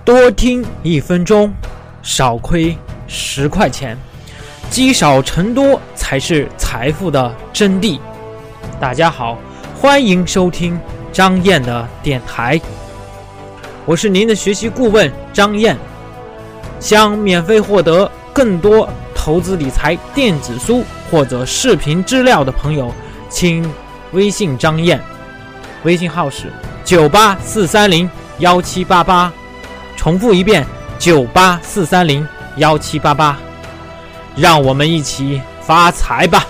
多听1分钟，少亏10块钱，积少成多才是财富的真谛。大家好，欢迎收听张燕的电台，我是您的学习顾问张燕。想免费获得更多投资理财电子书或者视频资料的朋友，请微信张燕，微信号是984301788，重复一遍984301788，让我们一起发财吧。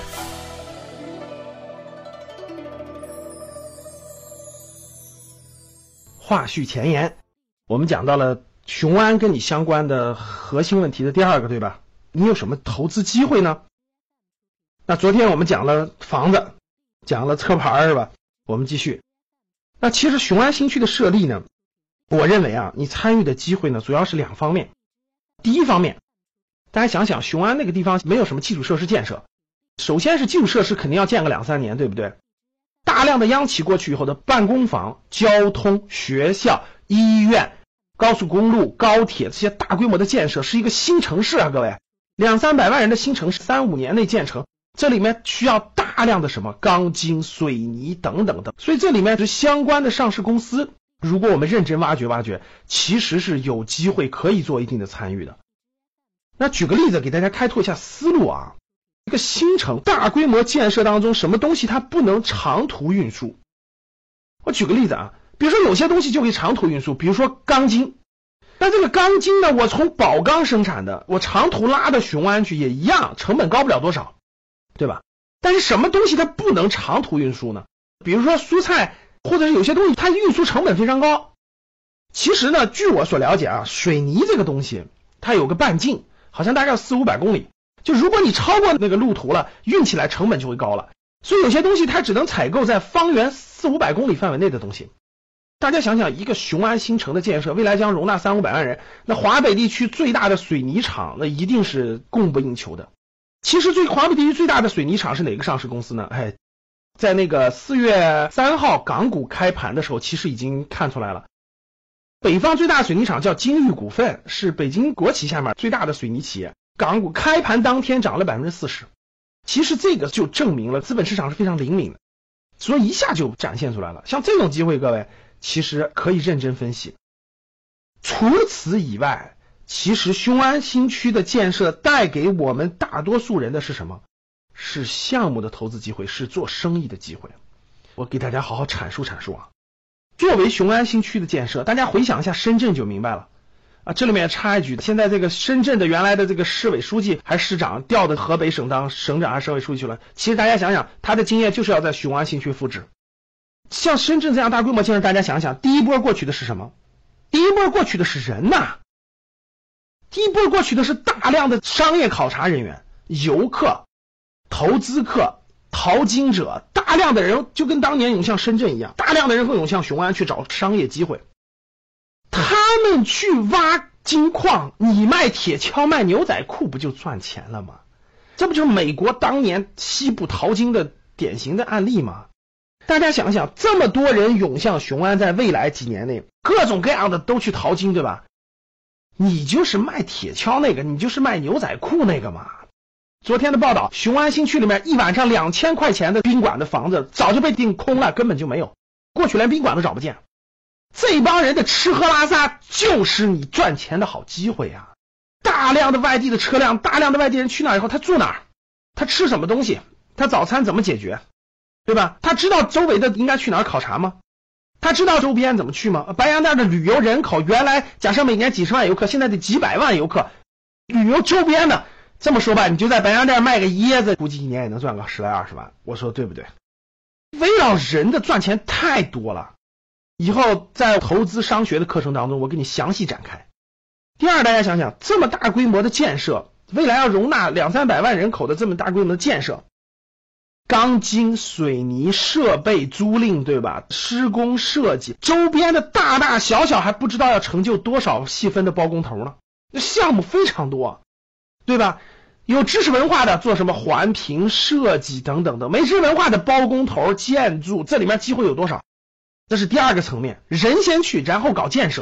话续前言，我们讲到了雄安跟你相关的核心问题的第二个，对吧？你有什么投资机会呢？那昨天我们讲了房子，讲了车牌，是吧？我们继续。那其实雄安新区的设立呢，我认为你参与的机会呢，主要是2方面。第一方面，大家想想，雄安那个地方没有什么基础设施建设，首先是基础设施肯定要建个2-3年，对不对？大量的央企过去以后的办公房、交通、学校、医院、高速公路、高铁这些大规模的建设是一个新城市啊，各位，200-300万人的新城市，3-5年内建成，这里面需要大量的什么钢筋、水泥等等的，所以这里面是相关的上市公司，如果我们认真挖掘，其实是有机会可以做一定的参与的。那举个例子给大家开拓一下思路啊。一个新城大规模建设当中，什么东西它不能长途运输？我举个例子比如说有些东西就可以长途运输，比如说钢筋。那这个钢筋呢，我从宝钢生产的，我长途拉到雄安去也一样，成本高不了多少，对吧？但是什么东西它不能长途运输呢？比如说蔬菜，或者是有些东西它运输成本非常高。其实呢，据我所了解水泥这个东西它有个半径，好像大概要400-500公里，就如果你超过那个路途了，运起来成本就会高了，所以有些东西它只能采购在方圆400-500公里范围内的东西。大家想想，一个雄安新城的建设，未来将容纳300-500万人，那华北地区最大的水泥厂那一定是供不应求的。其实华北地区最大的水泥厂是哪个上市公司呢？在那个4月3号港股开盘的时候，其实已经看出来了。北方最大的水泥厂叫金域股份，是北京国企下面最大的水泥企业，港股开盘当天涨了40%。其实这个就证明了资本市场是非常灵敏的，所以一下就展现出来了。像这种机会，各位其实可以认真分析。除此以外，其实雄安新区的建设带给我们大多数人的是什么？是项目的投资机会，是做生意的机会。我给大家好好阐述作为雄安新区的建设，大家回想一下深圳就明白了这里面插一句，现在这个深圳的原来的这个市委书记还是市长调到河北省当省长还是省委书记去了，其实大家想想，他的经验就是要在雄安新区复制。像深圳这样大规模建设，大家想想，第一波过去的是什么？第一波过去的是人第一波过去的是大量的商业考察人员、游客、投资客、淘金者，大量的人就跟当年涌向深圳一样，大量的人会涌向雄安去找商业机会。他们去挖金矿，你卖铁锹卖牛仔裤不就赚钱了吗？这不就是美国当年西部淘金的典型的案例吗？大家想想，这么多人涌向雄安，在未来几年内各种各样的都去淘金，对吧？你就是卖铁锹那个，你就是卖牛仔裤那个嘛。昨天的报道，雄安新区里面一晚上2000块钱的宾馆的房子早就被订空了，根本就没有，过去连宾馆都找不见。这帮人的吃喝拉撒就是你赚钱的好机会大量的外地的车辆，大量的外地人去那以后，他住哪儿？他吃什么东西？他早餐怎么解决？对吧？他知道周围的应该去哪儿考察吗？他知道周边怎么去吗？白洋淀的旅游人口原来假设每年几十万游客，现在得几百万游客，旅游周边的，这么说吧，你就在白洋淀卖个椰子，估计一年也能赚个10来20万，我说对不对？围绕人的赚钱太多了，以后在投资商学的课程当中我给你详细展开。第二，大家想想，这么大规模的建设，未来要容纳200-300万人口的这么大规模的建设，钢筋、水泥、设备租赁，对吧？施工设计，周边的大大小小还不知道要成就多少细分的包工头呢，项目非常多，对吧？有知识文化的做什么环评设计等等的，没知识文化的包工头、建筑，这里面机会有多少？这是第二个层面，人先去，然后搞建设。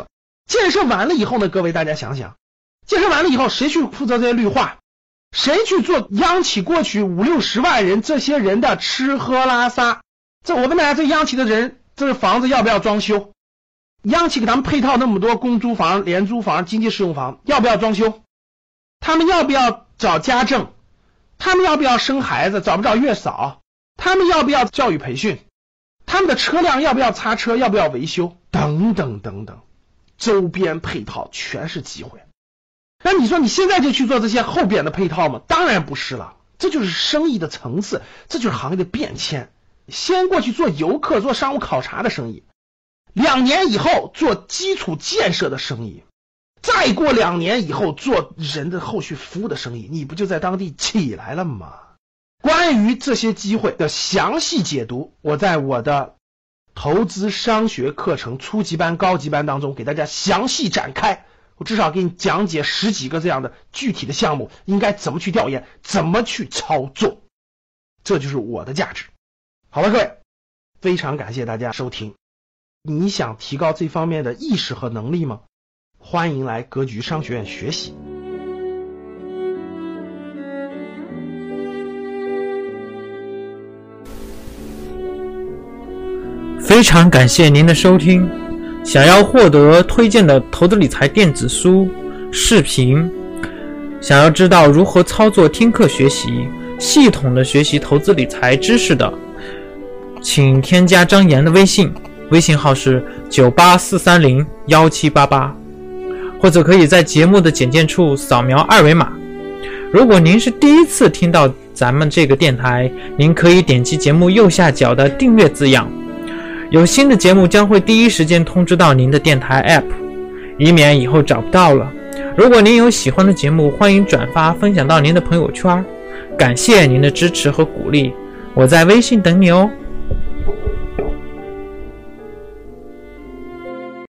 建设完了以后呢，各位大家想想，建设完了以后谁去负责这些绿化？谁去做央企过去50-60万人这些人的吃喝拉撒？这我问大家，这央企的人，这房子要不要装修？央企给他们配套那么多公租房、廉租房、经济适用房，要不要装修？他们要不要找家政？他们要不要生孩子？找不找月嫂？他们要不要教育培训？他们的车辆要不要擦车？要不要维修？等等等等，周边配套全是机会。那你说你现在就去做这些后边的配套吗？当然不是了，这就是生意的层次，这就是行业的变迁。先过去做游客、做商务考察的生意，2年以后做基础建设的生意，再过2年以后做人的后续服务的生意，你不就在当地起来了吗？关于这些机会的详细解读，我在我的投资商学课程初级班、高级班当中给大家详细展开，我至少给你讲解10几个这样的具体的项目，应该怎么去调研，怎么去操作，这就是我的价值。好了，各位，非常感谢大家收听。你想提高这方面的意识和能力吗？欢迎来格局商学院学习。 非常感谢您的收听。想要获得推荐的投资理财电子书、视频，想要知道如何操作听课学习，系统的学习投资理财知识的，请添加张岩的微信，微信号是984301788，或者可以在节目的简介处扫描2维码。如果您是第一次听到咱们这个电台，您可以点击节目右下角的订阅字样，有新的节目将会第一时间通知到您的电台 App， 以免以后找不到了。如果您有喜欢的节目，欢迎转发分享到您的朋友圈。感谢您的支持和鼓励，我在微信等你哦。